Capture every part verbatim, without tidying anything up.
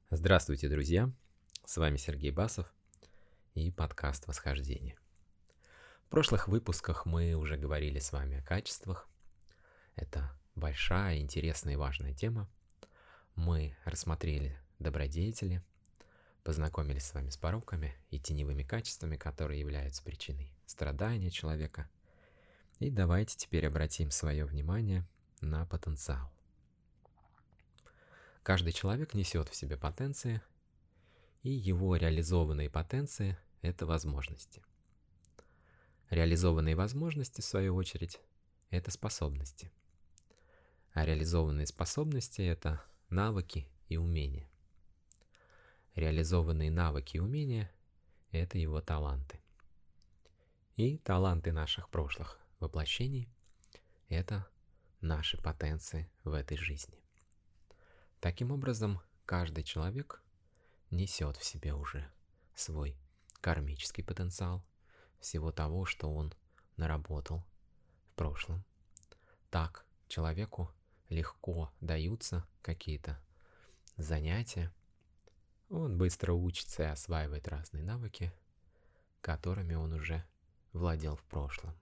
Здравствуйте, друзья! С вами Сергей Басов и подкаст «Восхождение». В прошлых выпусках мы уже говорили с вами о качествах. Это большая, интересная и важная тема. Мы рассмотрели добродетели, познакомились с вами с пороками и теневыми качествами, которые являются причиной страдания человека. И давайте теперь обратим свое внимание на потенциал. Каждый человек несет в себе потенции, и его реализованные потенции – это возможности. Реализованные возможности, в свою очередь, это способности. А реализованные способности – это навыки и умения. Реализованные навыки и умения – это его таланты. И таланты наших прошлых воплощений – это наши потенции в этой жизни. Таким образом, каждый человек несет в себе уже свой кармический потенциал, всего того, что он наработал в прошлом. Так человеку легко даются какие-то занятия. Он быстро учится и осваивает разные навыки, которыми он уже владел в прошлом.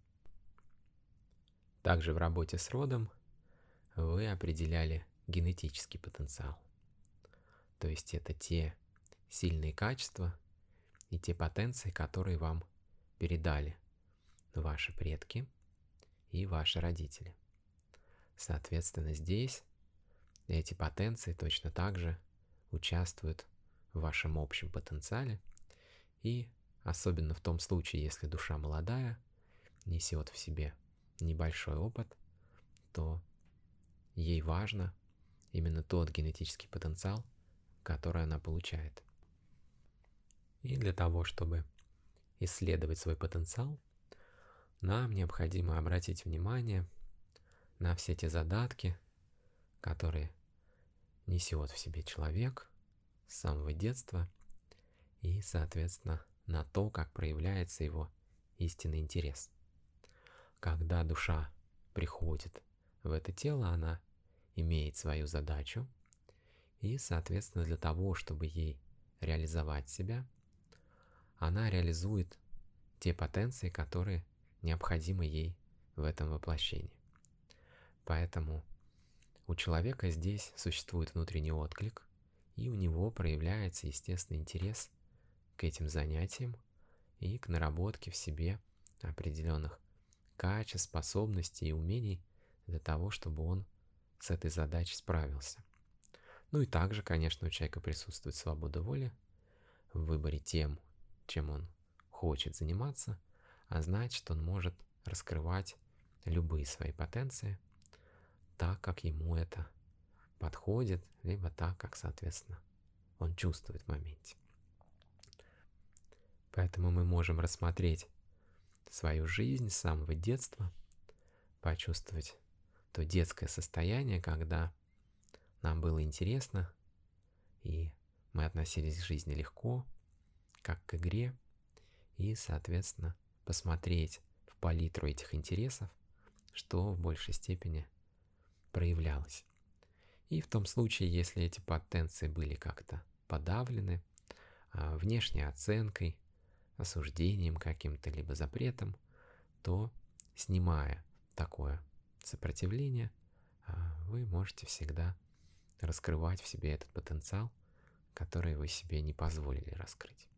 Также в работе с родом вы определяли генетический потенциал. То есть это те сильные качества и те потенции, которые вам передали ваши предки и ваши родители. Соответственно, здесь эти потенции точно так же участвуют в вашем общем потенциале. И особенно в том случае, если душа молодая, несет в себе небольшой опыт, то ей важно именно тот генетический потенциал, который она получает. И для того, чтобы исследовать свой потенциал, нам необходимо обратить внимание на все те задатки, которые несет в себе человек с самого детства, и, соответственно, на то, как проявляется его истинный интерес. Когда душа приходит в это тело, она имеет свою задачу, и, соответственно, для того, чтобы ей реализовать себя, она реализует те потенции, которые необходимы ей в этом воплощении. Поэтому у человека здесь существует внутренний отклик, и у него проявляется естественный интерес к этим занятиям и к наработке в себе определенных качеств, способностей и умений для того, чтобы он с этой задачей справился. Ну и также, конечно, у человека присутствует свобода воли в выборе тем, чем он хочет заниматься, а значит, он может раскрывать любые свои потенции так, как ему это подходит, либо так, как, соответственно, он чувствует в моменте. Поэтому мы можем рассмотреть свою жизнь с самого детства, почувствовать то детское состояние, когда нам было интересно, и мы относились к жизни легко, как к игре, и, соответственно, посмотреть в палитру этих интересов, что в большей степени проявлялось. И в том случае, если эти потенции были как-то подавлены внешней оценкой, осуждением каким-то, либо запретом, то, снимая такое сопротивление, вы можете всегда раскрывать в себе этот потенциал, который вы себе не позволили раскрыть.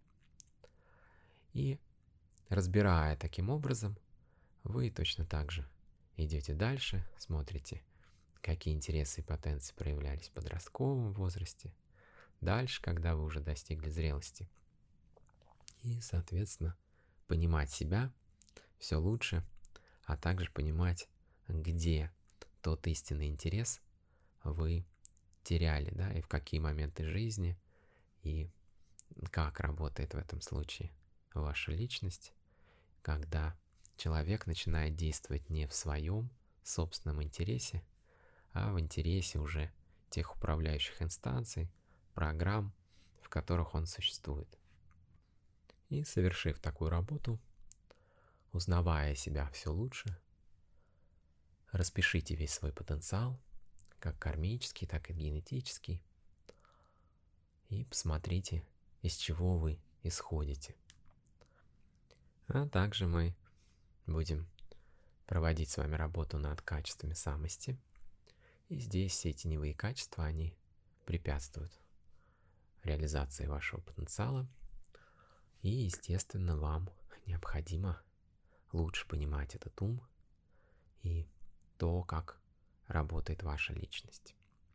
И разбирая таким образом, вы точно так же идете дальше, смотрите, какие интересы и потенции проявлялись в подростковом возрасте, дальше, когда вы уже достигли зрелости. И, соответственно, понимать себя все лучше, а также понимать, где тот истинный интерес вы теряли, да, и в какие моменты жизни, и как работает в этом случае ваша личность, когда человек начинает действовать не в своем собственном интересе, а в интересе уже тех управляющих инстанций, программ, в которых он существует. И совершив такую работу, узнавая себя все лучше, распишите весь свой потенциал, как кармический, так и генетический. и посмотрите, из чего вы исходите. А также мы будем проводить с вами работу над качествами самости. И здесь все теневые качества, они препятствуют реализации вашего потенциала. И, естественно, вам необходимо лучше понимать этот ум и то, как работает ваша личность.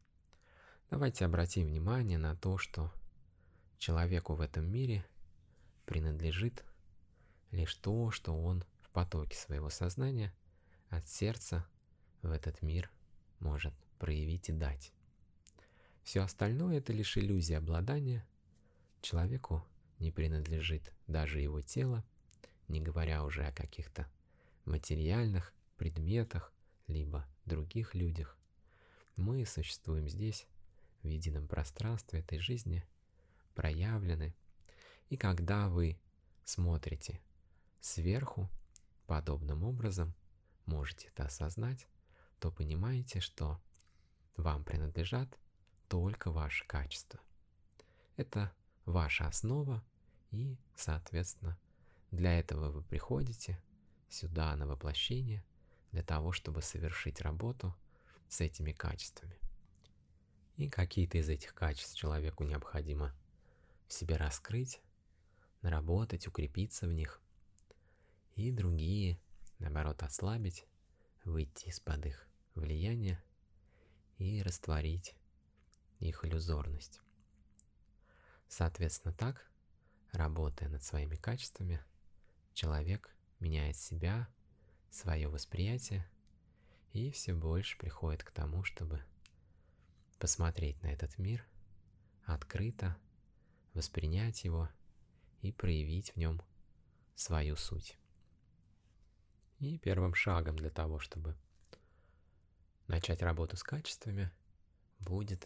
Давайте обратим внимание на то, что человеку в этом мире принадлежит лишь то, что он в потоке своего сознания от сердца в этот мир может проявить и дать. Все остальное — это лишь иллюзия обладания. Человеку не принадлежит даже его тело, не говоря уже о каких-то материальных предметах, либо других людях. Мы существуем здесь, в едином пространстве этой жизни, проявлены. И когда вы смотрите сверху, подобным образом, можете это осознать, то понимаете, что вам принадлежат только ваши качества. Это ваша основа, и, соответственно, для этого вы приходите сюда на воплощение, для того, чтобы совершить работу с этими качествами. И какие-то из этих качеств человеку необходимо в себе раскрыть, наработать, укрепиться в них, и другие, наоборот, ослабить, выйти из-под их влияния и растворить их иллюзорность. Соответственно, так, работая над своими качествами, человек меняет себя, свое восприятие и все больше приходит к тому, чтобы посмотреть на этот мир открыто, воспринять его и проявить в нем свою суть. И первым шагом для того, чтобы начать работу с качествами, будет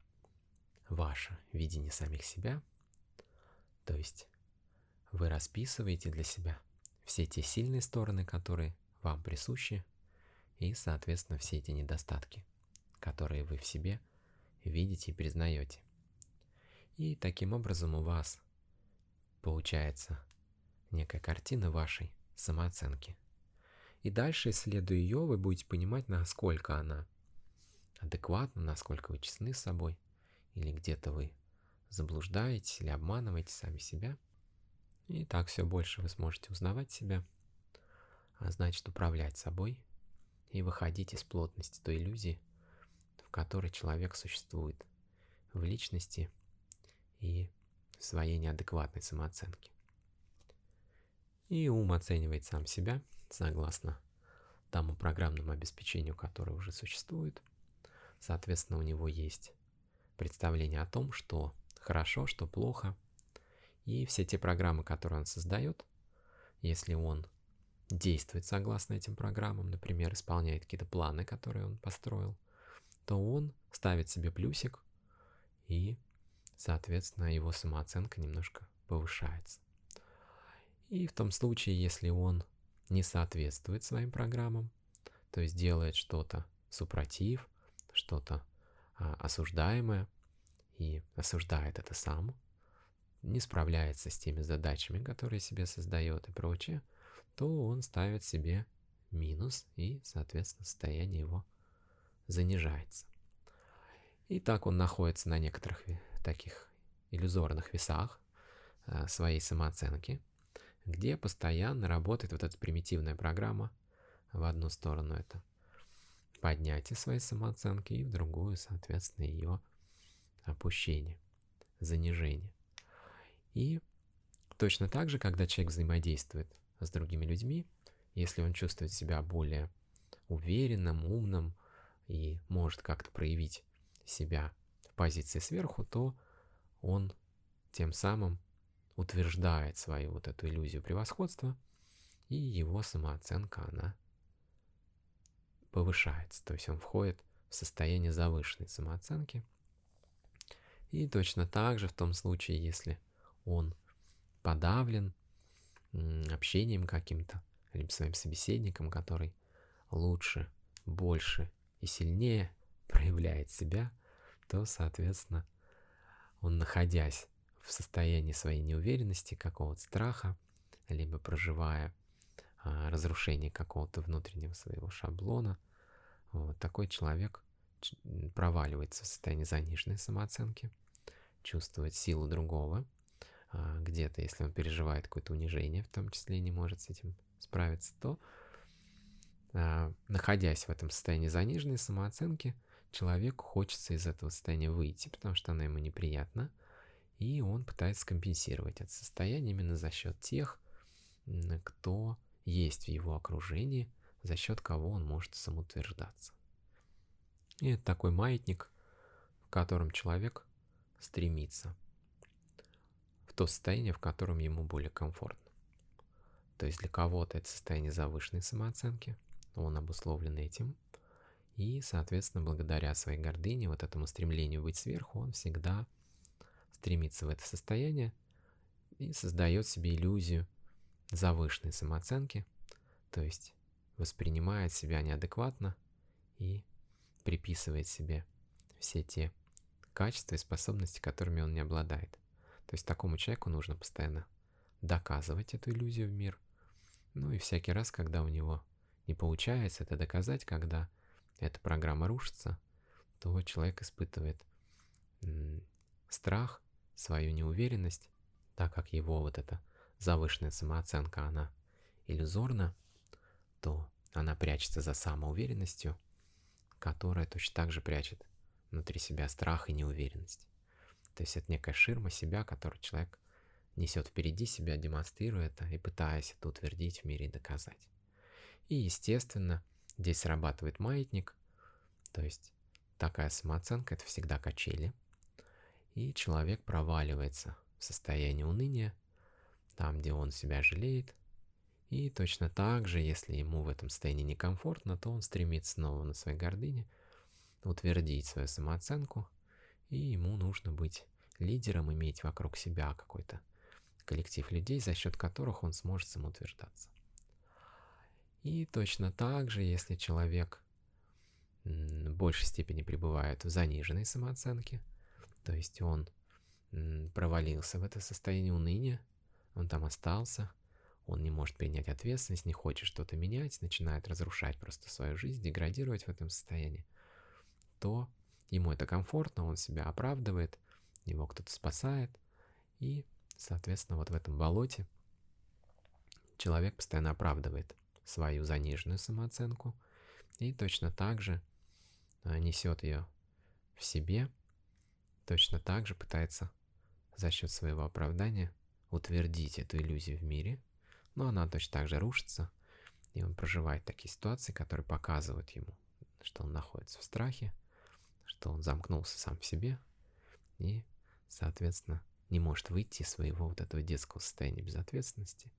ваше видение самих себя. То есть вы расписываете для себя все те сильные стороны, которые вам присущи, и, соответственно, все эти недостатки, которые вы в себе видите и признаете. И таким образом у вас получается некая картина вашей самооценки. И дальше, исследуя ее, вы будете понимать, насколько она адекватна, насколько вы честны с собой, или где-то вы заблуждаетесь или обманываете сами себя. И так все больше вы сможете узнавать себя, а значит управлять собой и выходить из плотности той иллюзии, в которой человек существует в личности и в своей неадекватной самооценке. И ум оценивает сам себя согласно тому программному обеспечению, которое уже существует. Соответственно, у него есть представление о том, что хорошо, что плохо. И все те программы, которые он создает, если он действует согласно этим программам, например, исполняет какие-то планы, которые он построил, то он ставит себе плюсик, и, соответственно, его самооценка немножко повышается. И в том случае, если он не соответствует своим программам, то есть делает что-то супротив, что-то а, осуждаемое, и осуждает это сам, не справляется с теми задачами, которые себе создает и прочее, то он ставит себе минус, и, соответственно, состояние его занижается. И так он находится на некоторых таких иллюзорных весах а, своей самооценки, где постоянно работает вот эта примитивная программа. В одну сторону это поднятие своей самооценки, и в другую, соответственно, ее опущение, занижение. И точно так же, когда человек взаимодействует с другими людьми, если он чувствует себя более уверенным, умным и может как-то проявить себя в позиции сверху, то он тем самым утверждает свою вот эту иллюзию превосходства, и его самооценка, она повышается. То есть он входит в состояние завышенной самооценки. И точно так же в том случае, если он подавлен общением каким-то, либо своим собеседником, который лучше, больше и сильнее проявляет себя, то, соответственно, он, находясь в состоянии своей неуверенности, какого-то страха, либо проживая а, разрушение какого-то внутреннего своего шаблона, вот такой человек проваливается в состояние заниженной самооценки, чувствует силу другого, а, где-то, если он переживает какое-то унижение, в том числе не может с этим справиться, то, а, находясь в этом состоянии заниженной самооценки, человеку хочется из этого состояния выйти, потому что оно ему неприятно, и он пытается компенсировать это состояние именно за счет тех, кто есть в его окружении, за счет кого он может самоутверждаться. И это такой маятник, в котором человек стремится в то состояние, в котором ему более комфортно. То есть для кого-то это состояние завышенной самооценки, он обусловлен этим, и, соответственно, благодаря своей гордыне, вот этому стремлению быть сверху, он всегда стремится в это состояние и создает себе иллюзию завышенной самооценки, то есть воспринимает себя неадекватно и приписывает себе все те качества и способности, которыми он не обладает. То есть такому человеку нужно постоянно доказывать эту иллюзию в мир. Ну и всякий раз, когда у него не получается это доказать, когда эта программа рушится, то человек испытывает м, страх, свою неуверенность, так как его вот эта завышенная самооценка, она иллюзорна, то она прячется за самоуверенностью, которая точно так же прячет внутри себя страх и неуверенность. То есть это некая ширма себя, которую человек несет впереди себя, демонстрируя это и пытаясь это утвердить в мире и доказать. И, естественно, здесь срабатывает маятник, то есть такая самооценка — это всегда качели, и человек проваливается в состояние уныния, там, где он себя жалеет, и точно так же, если ему в этом состоянии некомфортно, то он стремится снова на своей гордыне утвердить свою самооценку, и ему нужно быть лидером, иметь вокруг себя какой-то коллектив людей, за счет которых он сможет самоутверждаться. И точно так же, если человек в большей степени пребывает в заниженной самооценке, то есть он провалился в это состояние уныния, он там остался, он не может принять ответственность, не хочет что-то менять, начинает разрушать просто свою жизнь, деградировать в этом состоянии, то ему это комфортно, он себя оправдывает, его кто-то спасает, и, соответственно, вот в этом болоте человек постоянно оправдывает свою заниженную самооценку и точно так же несет ее в себе, точно так же пытается за счет своего оправдания утвердить эту иллюзию в мире, но она точно так же рушится, и он проживает такие ситуации, которые показывают ему, что он находится в страхе, что он замкнулся сам в себе и, соответственно, не может выйти из своего вот этого детского состояния безответственности.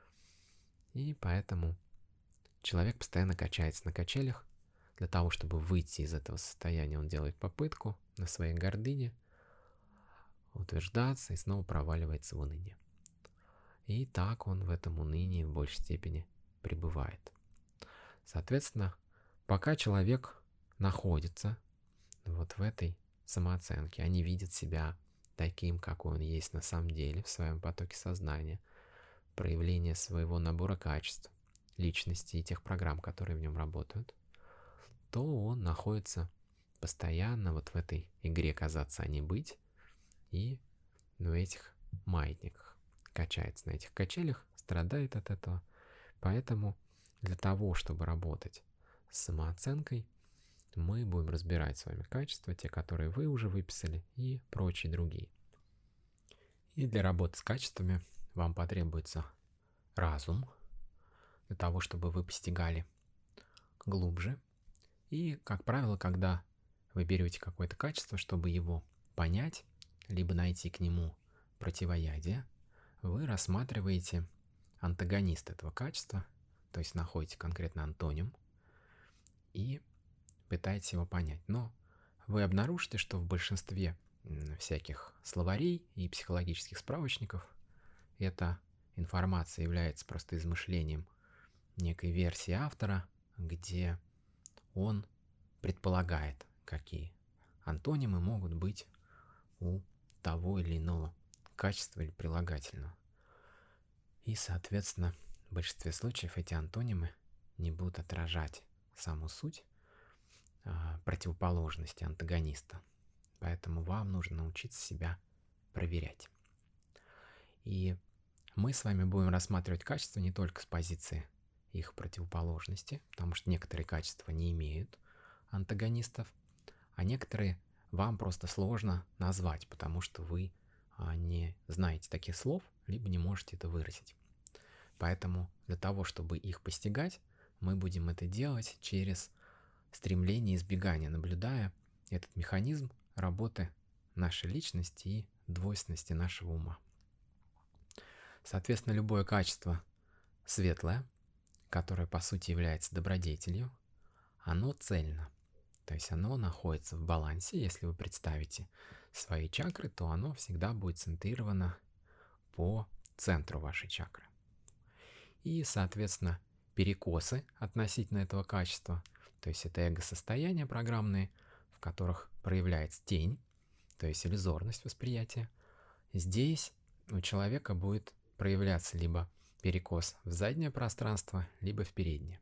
И поэтому человек постоянно качается на качелях. Для того, чтобы выйти из этого состояния, он делает попытку на своей гордыне утверждаться и снова проваливается в уныние. И так он в этом унынии в большей степени пребывает. Соответственно, пока человек находится вот в этой самооценке, они видят себя таким, какой он есть на самом деле в своем потоке сознания, проявление своего набора качеств, личности и тех программ, которые в нем работают, то он находится постоянно вот в этой игре казаться, а не быть, и в этих маятниках качается, на этих качелях, страдает от этого. Поэтому для того, чтобы работать с самооценкой, мы будем разбирать с вами качества, те, которые вы уже выписали, и прочие другие. И для работы с качествами вам потребуется разум, для того, чтобы вы постигали глубже. И, как правило, когда вы берете какое-то качество, чтобы его понять, либо найти к нему противоядие, вы рассматриваете антагонист этого качества, то есть находите конкретно антоним и пытаетесь его понять. Но вы обнаружите, что в большинстве всяких словарей и психологических справочников эта информация является просто измышлением некой версии автора, где он предполагает, какие антонимы могут быть у того или иного качества или прилагательного. И, соответственно, в большинстве случаев эти антонимы не будут отражать саму суть а, противоположности антагониста. Поэтому вам нужно научиться себя проверять. И мы с вами будем рассматривать качества не только с позиции их противоположности, потому что некоторые качества не имеют антагонистов, а некоторые вам просто сложно назвать, потому что вы не знаете таких слов, либо не можете это выразить. Поэтому для того, чтобы их постигать, мы будем это делать через стремление избегания, наблюдая этот механизм работы нашей личности и двойственности нашего ума. Соответственно, любое качество светлое, которое по сути является добродетелью, оно цельно. То есть оно находится в балансе. Если вы представите свои чакры, то оно всегда будет центрировано по центру вашей чакры. И, соответственно, перекосы относительно этого качества, то есть это эго-состояния программные, в которых проявляется тень, то есть иллюзорность восприятия, здесь у человека будет проявляться либо перекос в заднее пространство, либо в переднее.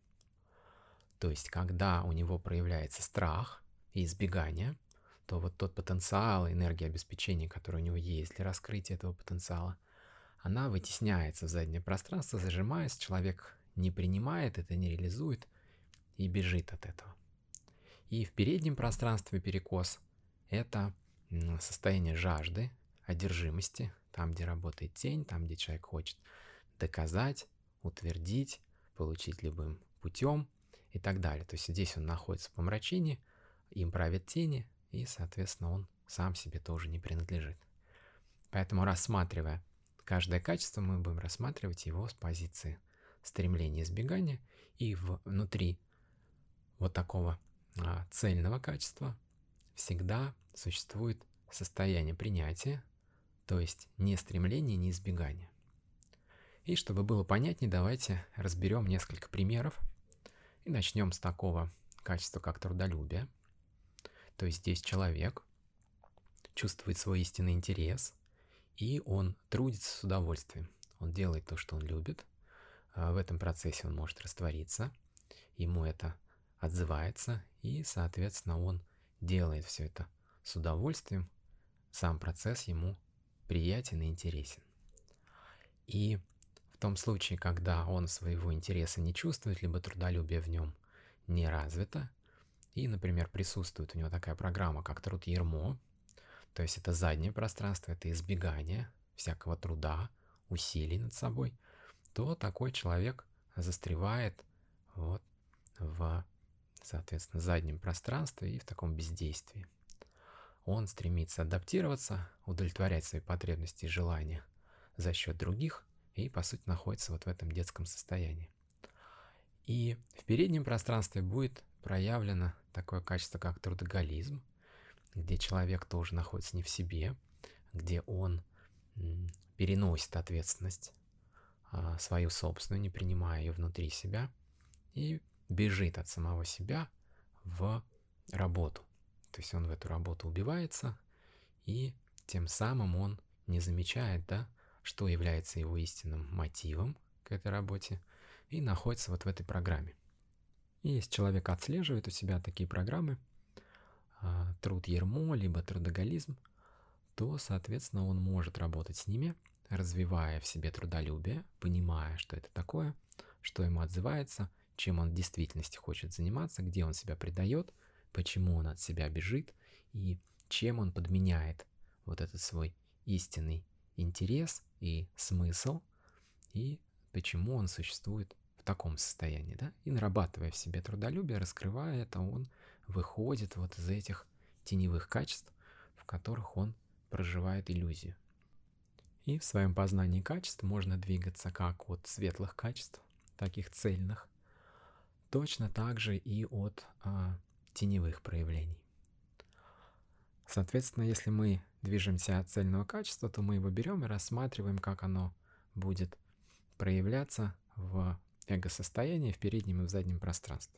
То есть, когда у него проявляется страх и избегание, то вот тот потенциал, энергия обеспечения, который у него есть для раскрытия этого потенциала, она вытесняется в заднее пространство, зажимаясь, человек не принимает это, не реализует и бежит от этого. И в переднем пространстве перекос – это состояние жажды, одержимости, там, где работает тень, там, где человек хочет доказать, утвердить, получить любым путем и так далее. То есть здесь он находится в помрачении, им правят тени, и, соответственно, он сам себе тоже не принадлежит. Поэтому, рассматривая каждое качество, мы будем рассматривать его с позиции стремления избегания, и внутри вот такого а, цельного качества всегда существует состояние принятия, то есть не стремление, не избегание. И чтобы было понятнее, давайте разберем несколько примеров. И начнем с такого качества, как трудолюбие. То есть здесь человек чувствует свой истинный интерес, и он трудится с удовольствием. Он делает то, что он любит. В этом процессе он может раствориться, ему это отзывается, и, соответственно, он делает все это с удовольствием. Сам процесс ему приятен и интересен. И в том случае, когда он своего интереса не чувствует, либо трудолюбие в нем не развито, и, например, присутствует у него такая программа, как труд-ярмо, то есть это заднее пространство, это избегание всякого труда, усилий над собой, то такой человек застревает вот в, соответственно, заднем пространстве и в таком бездействии. Он стремится адаптироваться, удовлетворять свои потребности и желания за счет других и, по сути, находится вот в этом детском состоянии. И в переднем пространстве будет проявлено такое качество, как трудоголизм, где человек тоже находится не в себе, где он переносит ответственность свою собственную, не принимая ее внутри себя, и бежит от самого себя в работу. То есть он в эту работу убивается, и тем самым он не замечает, да, что является его истинным мотивом к этой работе, и находится вот в этой программе. И если человек отслеживает у себя такие программы, труд-ярмо, либо трудоголизм, то, соответственно, он может работать с ними, развивая в себе трудолюбие, понимая, что это такое, что ему отзывается, чем он в действительности хочет заниматься, где он себя предает, почему он от себя бежит и чем он подменяет вот этот свой истинный интерес и смысл, и почему он существует в таком состоянии, да? И нарабатывая в себе трудолюбие, раскрывая это, он выходит вот из этих теневых качеств, в которых он проживает иллюзию. И в своем познании качеств можно двигаться как от светлых качеств, таких цельных, точно так же и от а, теневых проявлений. Соответственно, если мы движемся от цельного качества, то мы его берем и рассматриваем, как оно будет проявляться в эго-состоянии, в переднем и в заднем пространстве.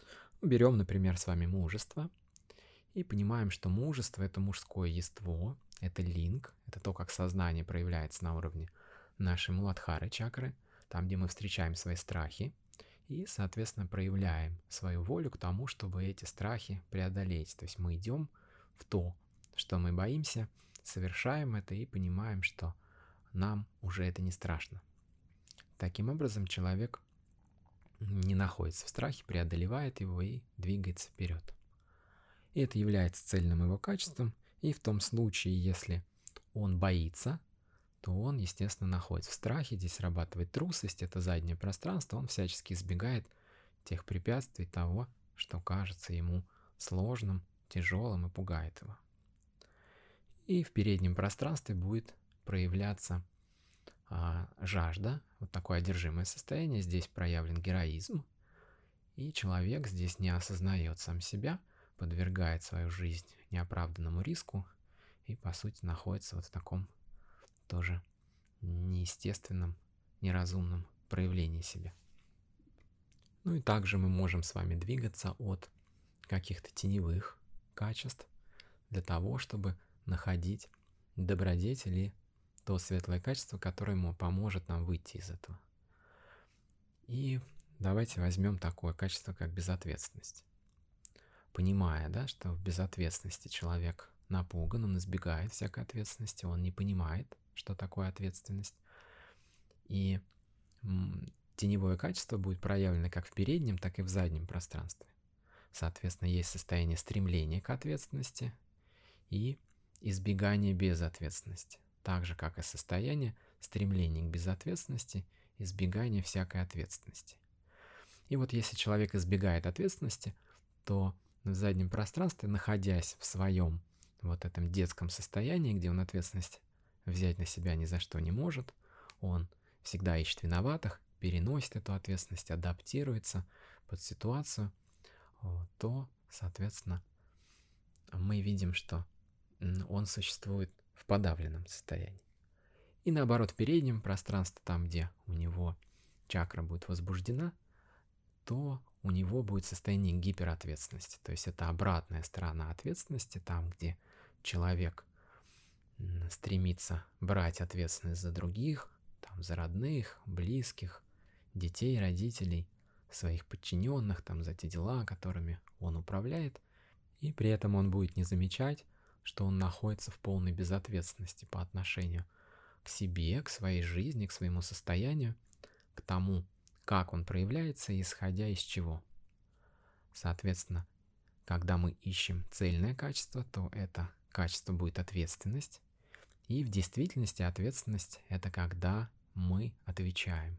Берем, например, с вами мужество и понимаем, что мужество — это мужское ество, это линг, это то, как сознание проявляется на уровне нашей муладхары чакры, там, где мы встречаем свои страхи, и, соответственно, проявляем свою волю к тому, чтобы эти страхи преодолеть. То есть мы идем в то, что мы боимся, совершаем это и понимаем, что нам уже это не страшно. Таким образом, человек не находится в страхе, преодолевает его и двигается вперед. И это является цельным его качеством, и в том случае, если он боится, то он, естественно, находится в страхе, здесь срабатывает трусость, это заднее пространство, он всячески избегает тех препятствий, того, что кажется ему сложным, тяжелым и пугает его. И в переднем пространстве будет проявляться а, жажда, вот такое одержимое состояние, здесь проявлен героизм, и человек здесь не осознает сам себя, подвергает свою жизнь неоправданному риску и, по сути, находится вот в таком тоже неестественном, неразумном проявлении себя. Ну и также мы можем с вами двигаться от каких-то теневых качеств для того, чтобы находить добродетель и то светлое качество, которое ему поможет нам выйти из этого. И давайте возьмем такое качество, как безответственность. Понимая, да, что в безответственности человек напуган, он избегает всякой ответственности, он не понимает, что такое ответственность. И теневое качество будет проявлено как в переднем, так и в заднем пространстве. Соответственно, есть состояние стремления к ответственности и избегание безответственности. Так же, как и состояние стремления к безответственности, избегание всякой ответственности. И вот если человек избегает ответственности, то в заднем пространстве, находясь в своем вот этом детском состоянии, где он ответственность взять на себя ни за что не может, он всегда ищет виноватых, переносит эту ответственность, адаптируется под ситуацию, то, соответственно, мы видим, что он существует в подавленном состоянии. И наоборот, в переднем пространстве, там, где у него чакра будет возбуждена, то у него будет состояние гиперответственности. То есть это обратная сторона ответственности, там, где человек стремится брать ответственность за других, там, за родных, близких, детей, родителей, своих подчиненных, там, за те дела, которыми он управляет, и при этом он будет не замечать, что он находится в полной безответственности по отношению к себе, к своей жизни, к своему состоянию, к тому, как он проявляется, исходя из чего. Соответственно, когда мы ищем цельное качество, то это качество будет ответственность. И в действительности ответственность — это когда мы отвечаем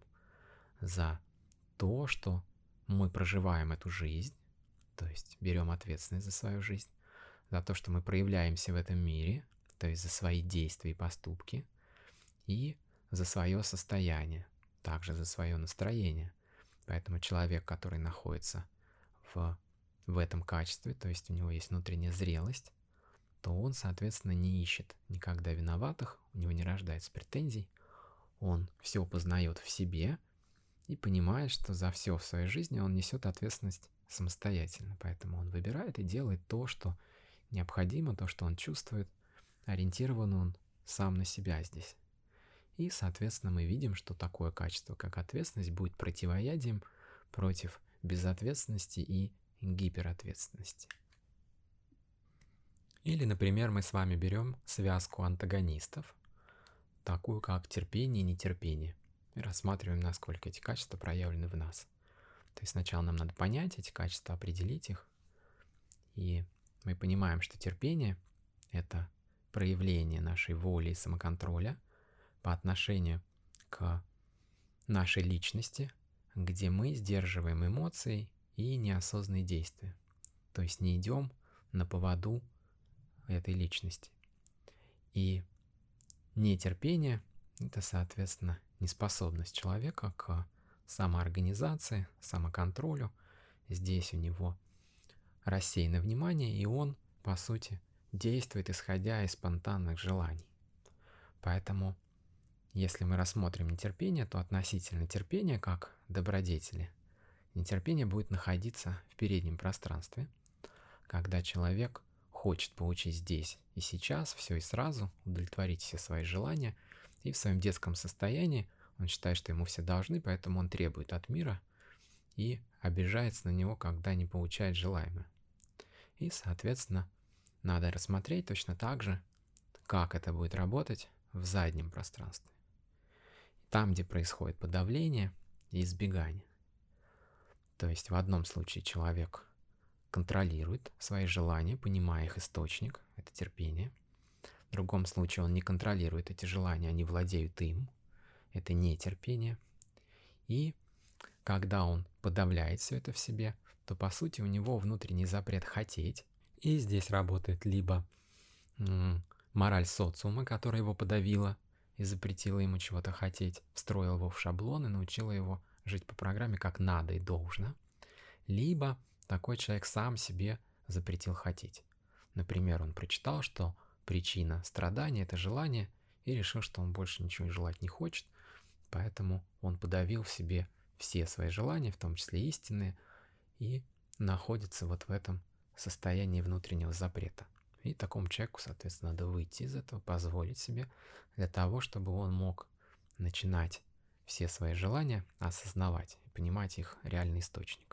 за то, что мы проживаем эту жизнь, то есть берем ответственность за свою жизнь, за то, что мы проявляемся в этом мире, то есть за свои действия и поступки, и за свое состояние, также за свое настроение. Поэтому человек, который находится в, в этом качестве, то есть у него есть внутренняя зрелость, то он, соответственно, не ищет никогда виноватых, у него не рождается претензий, он все познает в себе и понимает, что за все в своей жизни он несет ответственность самостоятельно. Поэтому он выбирает и делает то, что необходимо, то, что он чувствует, ориентирован он сам на себя здесь. И, соответственно, мы видим, что такое качество, как ответственность, будет противоядием против безответственности и гиперответственности. Или, например, мы с вами берем связку антагонистов, такую как терпение и нетерпение, и рассматриваем, насколько эти качества проявлены в нас. То есть сначала нам надо понять эти качества, определить их, и мы понимаем, что терпение — это проявление нашей воли и самоконтроля по отношению к нашей личности, где мы сдерживаем эмоции и неосознанные действия. То есть не идем на поводу этой личности. И нетерпение — это, соответственно, неспособность человека к самоорганизации, самоконтролю. Здесь у него рассеяно внимание, и он, по сути, действует, исходя из спонтанных желаний. Поэтому, если мы рассмотрим нетерпение, то относительно терпения, как добродетели, нетерпение будет находиться в переднем пространстве, когда человек хочет получить здесь и сейчас, все и сразу, удовлетворить все свои желания, и в своем детском состоянии он считает, что ему все должны, поэтому он требует от мира и обижается на него, когда не получает желаемое. И, соответственно, надо рассмотреть точно так же, как это будет работать в заднем пространстве. Там, где происходит подавление и избегание. То есть в одном случае человек контролирует свои желания, понимая их источник, это терпение. В другом случае он не контролирует эти желания, они владеют им, это нетерпение. И когда он подавляет все это в себе, то по сути у него внутренний запрет хотеть. И здесь работает либо м- мораль социума, которая его подавила и запретила ему чего-то хотеть, встроила его в шаблон и научила его жить по программе как надо и должно. Либо такой человек сам себе запретил хотеть. Например, он прочитал, что причина страдания – это желание, и решил, что он больше ничего желать не хочет, поэтому он подавил в себе все свои желания, в том числе истинные, и находится вот в этом состоянии внутреннего запрета. И такому человеку, соответственно, надо выйти из этого, позволить себе, для того, чтобы он мог начинать все свои желания осознавать и понимать их реальный источник.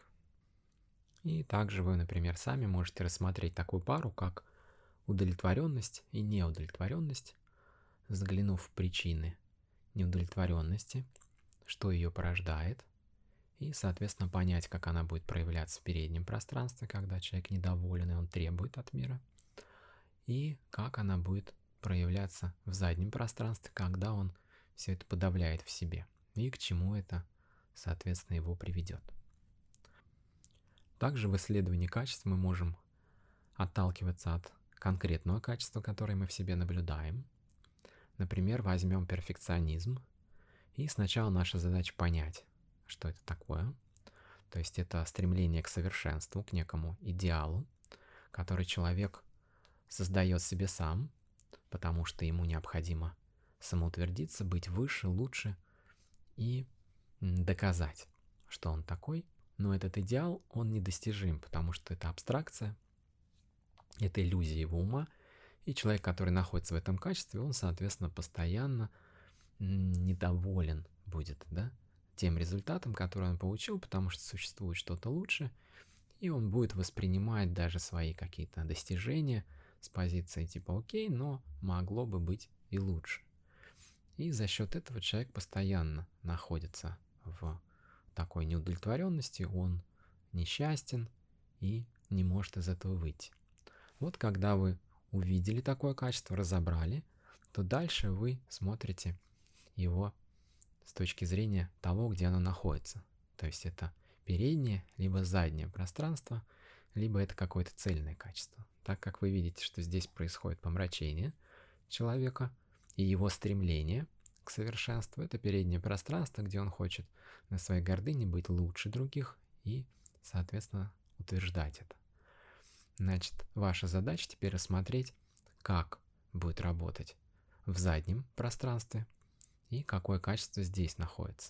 И также вы, например, сами можете рассмотреть такую пару, как удовлетворенность и неудовлетворенность, взглянув в причины неудовлетворенности, что ее порождает, и, соответственно, понять, как она будет проявляться в переднем пространстве, когда человек недоволен и он требует от мира, и как она будет проявляться в заднем пространстве, когда он все это подавляет в себе, и к чему это, соответственно, его приведет. Также в исследовании качеств мы можем отталкиваться от конкретного качества, которое мы в себе наблюдаем. Например, возьмем перфекционизм, и сначала наша задача понять, что это такое. То есть это стремление к совершенству, к некому идеалу, который человек создает себе сам, потому что ему необходимо самоутвердиться, быть выше, лучше и доказать, что он такой. Но этот идеал, он недостижим, потому что это абстракция, это иллюзия его ума, и человек, который находится в этом качестве, он, соответственно, постоянно недоволен будет, да, тем результатом, который он получил, потому что существует что-то лучше, и он будет воспринимать даже свои какие-то достижения с позиции типа «окей, но могло бы быть и лучше». И за счет этого человек постоянно находится в такой неудовлетворенности, он несчастен и не может из этого выйти. Вот когда вы увидели такое качество, разобрали, то дальше вы смотрите его с точки зрения того, где оно находится. То есть это переднее, либо заднее пространство, либо это какое-то цельное качество. Так как вы видите, что здесь происходит помрачение человека и его стремление к совершенству, это переднее пространство, где он хочет на своей гордыне быть лучше других и, соответственно, утверждать это. Значит, ваша задача теперь рассмотреть, как будет работать в заднем пространстве и какое качество здесь находится.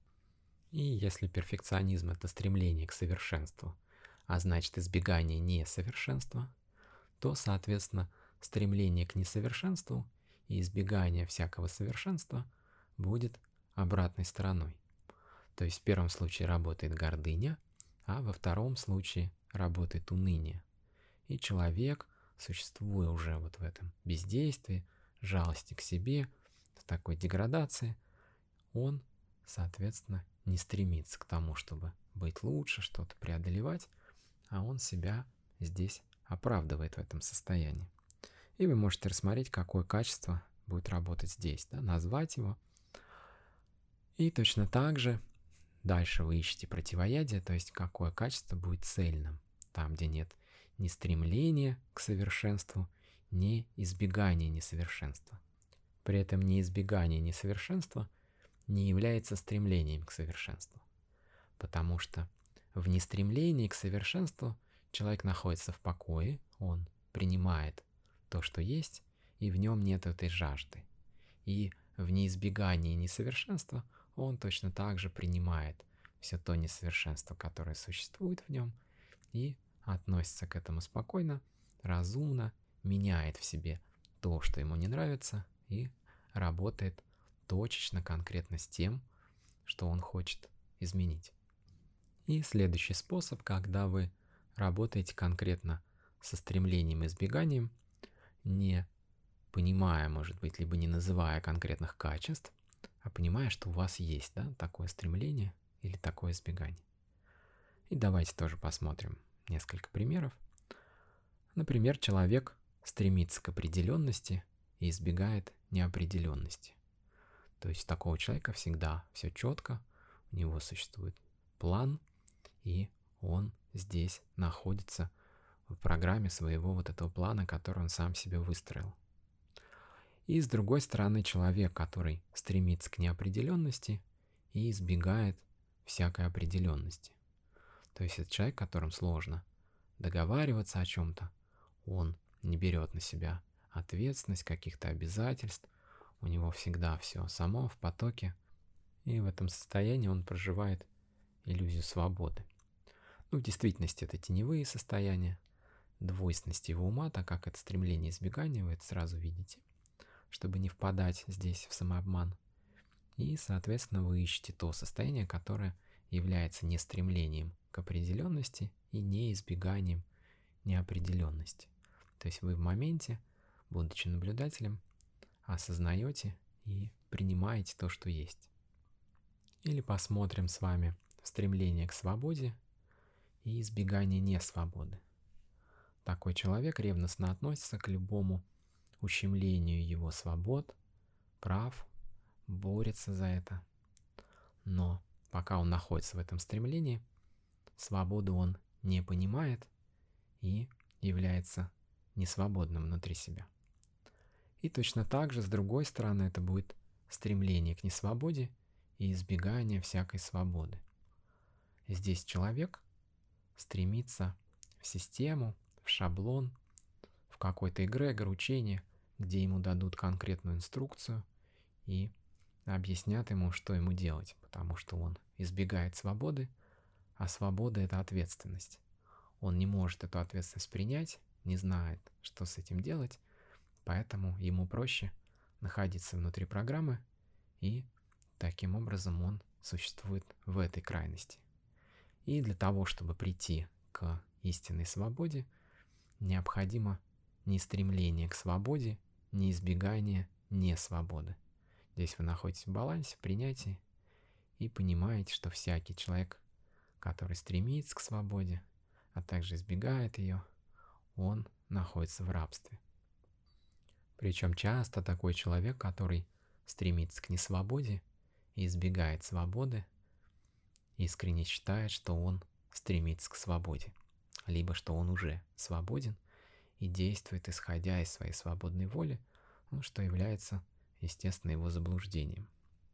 И если перфекционизм – это стремление к совершенству, а значит избегание несовершенства, то, соответственно, стремление к несовершенству и избегание всякого совершенства будет обратной стороной. То есть в первом случае работает гордыня, а во втором случае работает уныние. И человек, существуя уже вот в этом бездействии, жалости к себе, в такой деградации, он, соответственно, не стремится к тому, чтобы быть лучше, что-то преодолевать, а он себя здесь оправдывает в этом состоянии. И вы можете рассмотреть, какое качество будет работать здесь, да, назвать его. И точно так же дальше вы ищете противоядие, то есть какое качество будет цельным, там, где нет ни стремления к совершенству, ни избегания несовершенства. При этом ни избегание несовершенства не является стремлением к совершенству, потому что в нестремлении к совершенству человек находится в покое, он принимает то, что есть, и в нем нет этой жажды. И в неизбегании несовершенства он точно так же принимает все то несовершенство, которое существует в нем, и относится к этому спокойно, разумно меняет в себе то, что ему не нравится, и работает точечно, конкретно с тем, что он хочет изменить. И следующий способ, когда вы работаете конкретно со стремлением и избеганием, не понимая, может быть, либо не называя конкретных качеств, а понимая, что у вас есть, да, такое стремление или такое избегание. И давайте тоже посмотрим несколько примеров. Например, человек стремится к определенности и избегает неопределенности. То есть у такого человека всегда все четко, у него существует план, и он здесь находится в программе своего вот этого плана, который он сам себе выстроил. И с другой стороны, человек, который стремится к неопределенности и избегает всякой определенности. То есть это человек, которому сложно договариваться о чем-то, он не берет на себя ответственность, каких-то обязательств, у него всегда все само в потоке, и в этом состоянии он проживает иллюзию свободы. Ну, в действительности это теневые состояния, двойственность его ума, так как это стремление избегания, вы это сразу видите, чтобы не впадать здесь в самообман. И, соответственно, вы ищете то состояние, которое является не стремлением к определенности и не избеганием неопределенности. То есть вы в моменте, будучи наблюдателем, осознаете и принимаете то, что есть. Или посмотрим с вами стремление к свободе и избегание несвободы. Такой человек ревностно относится к любому ущемлению его свобод, прав, борется за это. Но пока он находится в этом стремлении, свободу он не понимает и является несвободным внутри себя. И точно так же, с другой стороны, это будет стремление к несвободе и избегание всякой свободы. Здесь человек стремится в систему, в шаблон, в какой-то эгрегор, учение, где ему дадут конкретную инструкцию и объяснят ему, что ему делать, потому что он избегает свободы, а свобода — это ответственность. Он не может эту ответственность принять, не знает, что с этим делать, поэтому ему проще находиться внутри программы, и таким образом он существует в этой крайности. И для того, чтобы прийти к истинной свободе, необходимо не стремление к свободе, не избегание несвободы. Здесь вы находитесь в балансе, в принятии и понимаете, что всякий человек, который стремится к свободе, а также избегает ее, он находится в рабстве. Причем часто такой человек, который стремится к несвободе и избегает свободы, искренне считает, что он стремится к свободе, либо что он уже свободен и действует, исходя из своей свободной воли, ну, что является, естественно, его заблуждением.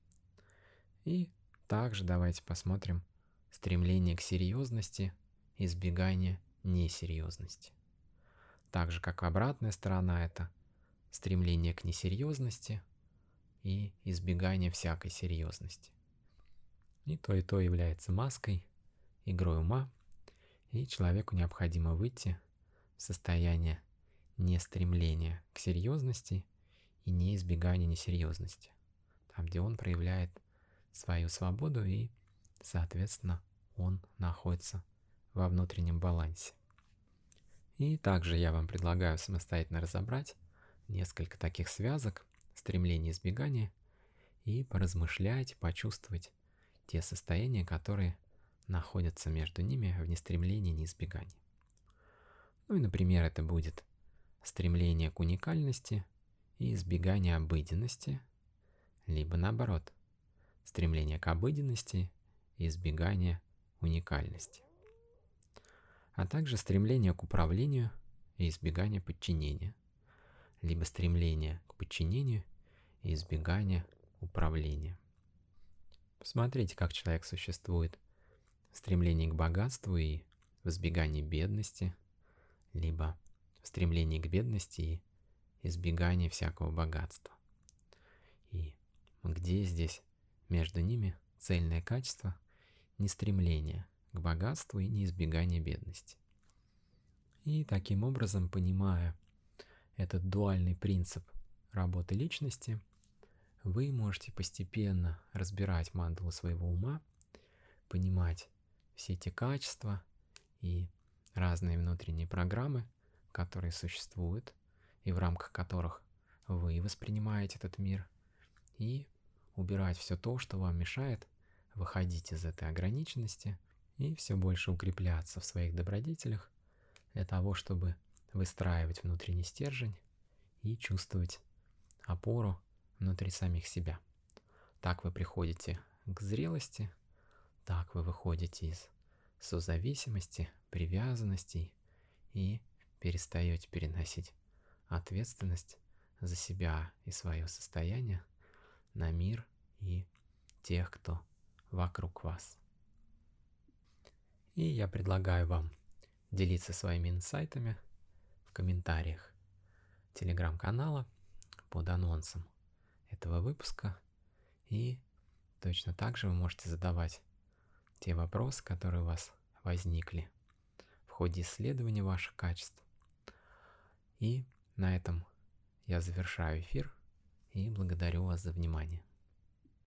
И также давайте посмотрим стремление к серьезности, избегание несерьезности. Так же, как обратная сторона, это стремление к несерьезности и избегание всякой серьезности. И то, и то является маской, игрой ума, и человеку необходимо выйти в состояние не стремления к серьезности и не избегания несерьезности, там, где он проявляет свою свободу и, соответственно, он находится во внутреннем балансе. И также я вам предлагаю самостоятельно разобрать несколько таких связок, стремления и избегания, и поразмышлять, почувствовать те состояния, которые находятся между ними в нестремлении и неизбегании. Ну и, например, это будет стремление к уникальности и избегание обыденности, либо наоборот, стремление к обыденности и избегание уникальности, а также стремление к управлению и избегание подчинения, либо стремление к подчинению и избегание управления. Посмотрите, как человек существует в стремлении к богатству и в избегании бедности, либо в стремлении к бедности и избегании всякого богатства. И где здесь между ними цельное качество, не стремление к богатству и не избегание бедности. И таким образом, понимая этот дуальный принцип работы личности, вы можете постепенно разбирать мандалу своего ума, понимать все эти качества и разные внутренние программы, которые существуют и в рамках которых вы воспринимаете этот мир, и убирать все то, что вам мешает выходить из этой ограниченности и все больше укрепляться в своих добродетелях для того, чтобы выстраивать внутренний стержень и чувствовать опору внутри самих себя. Так вы приходите к зрелости, так вы выходите из созависимости, привязанностей и перестаете переносить ответственность за себя и свое состояние на мир и тех, кто вокруг вас. И я предлагаю вам делиться своими инсайтами в комментариях телеграм-канала под анонсом этого выпуска. И точно так же вы можете задавать те вопросы, которые у вас возникли в ходе исследования ваших качеств. И на этом я завершаю эфир и благодарю вас за внимание.